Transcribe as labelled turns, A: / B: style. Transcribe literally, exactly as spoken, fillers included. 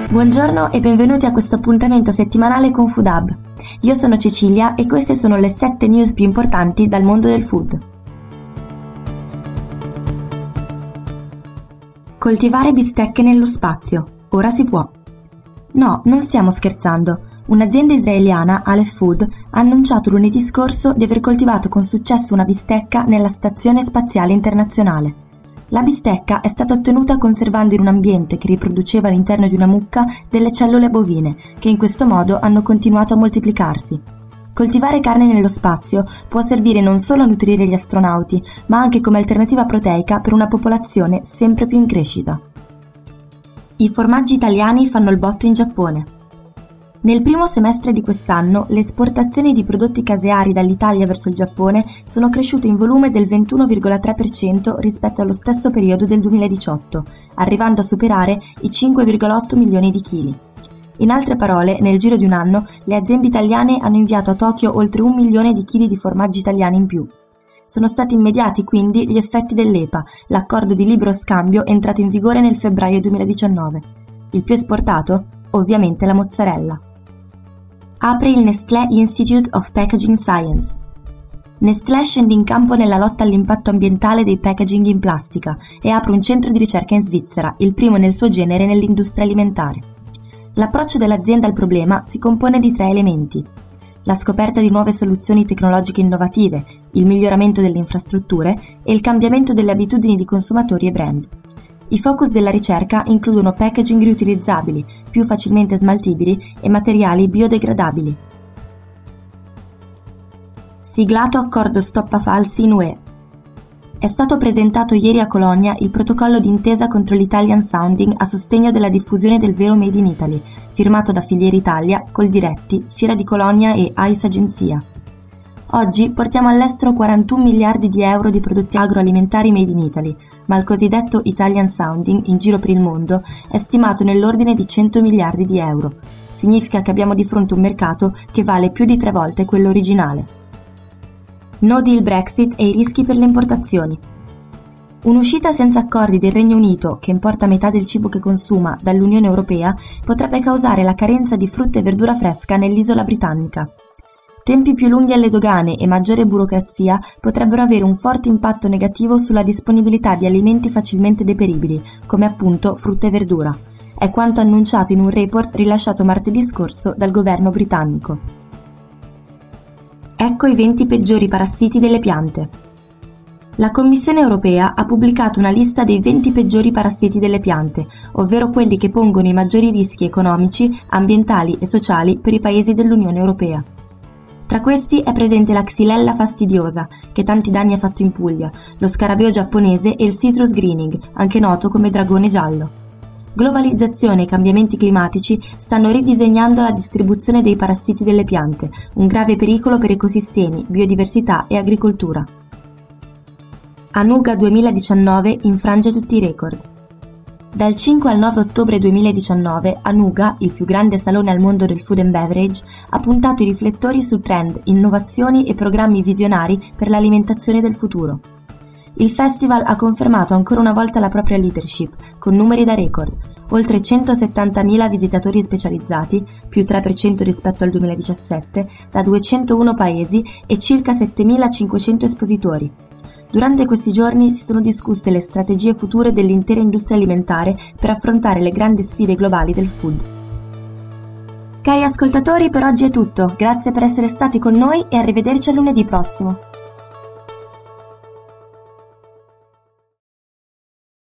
A: Buongiorno e benvenuti a questo appuntamento settimanale con Food Hub. Io sono Cecilia e queste sono le sette news più importanti dal mondo del food. Coltivare bistecche nello spazio. Ora si può. No, non stiamo scherzando. Un'azienda israeliana, Aleph Food, ha annunciato lunedì scorso di aver coltivato con successo una bistecca nella Stazione Spaziale Internazionale. La bistecca è stata ottenuta conservando in un ambiente che riproduceva all'interno di una mucca delle cellule bovine, che in questo modo hanno continuato a moltiplicarsi. Coltivare carne nello spazio può servire non solo a nutrire gli astronauti, ma anche come alternativa proteica per una popolazione sempre più in crescita. I formaggi italiani fanno il botto in Giappone. Nel primo semestre di quest'anno, le esportazioni di prodotti caseari dall'Italia verso il Giappone sono cresciute in volume del ventuno virgola tre per cento rispetto allo stesso periodo del duemiladiciotto, arrivando a superare i cinque virgola otto milioni di chili. In altre parole, nel giro di un anno, le aziende italiane hanno inviato a Tokyo oltre un milione di chili di formaggi italiani in più. Sono stati immediati quindi gli effetti dell'E P A, l'accordo di libero scambio entrato in vigore nel febbraio duemiladiciannove. Il più esportato? Ovviamente la mozzarella. Apre il Nestlé Institute of Packaging Science. Nestlé scende in campo nella lotta all'impatto ambientale dei packaging in plastica e apre un centro di ricerca in Svizzera, il primo nel suo genere nell'industria alimentare. L'approccio dell'azienda al problema si compone di tre elementi: la scoperta di nuove soluzioni tecnologiche innovative, il miglioramento delle infrastrutture e il cambiamento delle abitudini di consumatori e brand. I focus della ricerca includono packaging riutilizzabili, più facilmente smaltibili e materiali biodegradabili. Siglato accordo stoppa falsi in U E. È stato presentato ieri a Colonia il protocollo d'intesa contro l'Italian Sounding a sostegno della diffusione del vero Made in Italy, firmato da Filiere Italia, Coldiretti, Fiera di Colonia e A I S Agenzia. Oggi portiamo all'estero quarantuno miliardi di euro di prodotti agroalimentari made in Italy, ma il cosiddetto Italian Sounding in giro per il mondo è stimato nell'ordine di cento miliardi di euro. Significa che abbiamo di fronte un mercato che vale più di tre volte quello originale. No deal Brexit e i rischi per le importazioni. Un'uscita senza accordi del Regno Unito, che importa metà del cibo che consuma, dall'Unione Europea, potrebbe causare la carenza di frutta e verdura fresca nell'isola britannica. Tempi più lunghi alle dogane e maggiore burocrazia potrebbero avere un forte impatto negativo sulla disponibilità di alimenti facilmente deperibili, come appunto frutta e verdura. È quanto annunciato in un report rilasciato martedì scorso dal governo britannico. Ecco i venti peggiori parassiti delle piante. La Commissione europea ha pubblicato una lista dei venti peggiori parassiti delle piante, ovvero quelli che pongono i maggiori rischi economici, ambientali e sociali per i paesi dell'Unione Europea. Tra questi è presente la Xylella fastidiosa, che tanti danni ha fatto in Puglia, lo scarabeo giapponese e il citrus greening, anche noto come dragone giallo. Globalizzazione e cambiamenti climatici stanno ridisegnando la distribuzione dei parassiti delle piante, un grave pericolo per ecosistemi, biodiversità e agricoltura. Anuga duemiladiciannove infrange tutti i record. Dal cinque al nove ottobre duemiladiciannove, Anuga, il più grande salone al mondo del food and beverage, ha puntato i riflettori su trend, innovazioni e programmi visionari per l'alimentazione del futuro. Il festival ha confermato ancora una volta la propria leadership, con numeri da record, oltre centosettantamila visitatori specializzati, più tre per cento rispetto al duemiladiciassette, da duecentouno paesi e circa settemilacinquecento espositori. Durante questi giorni si sono discusse le strategie future dell'intera industria alimentare per affrontare le grandi sfide globali del food. Cari ascoltatori, per oggi è tutto. Grazie per essere stati con noi e arrivederci a lunedì prossimo.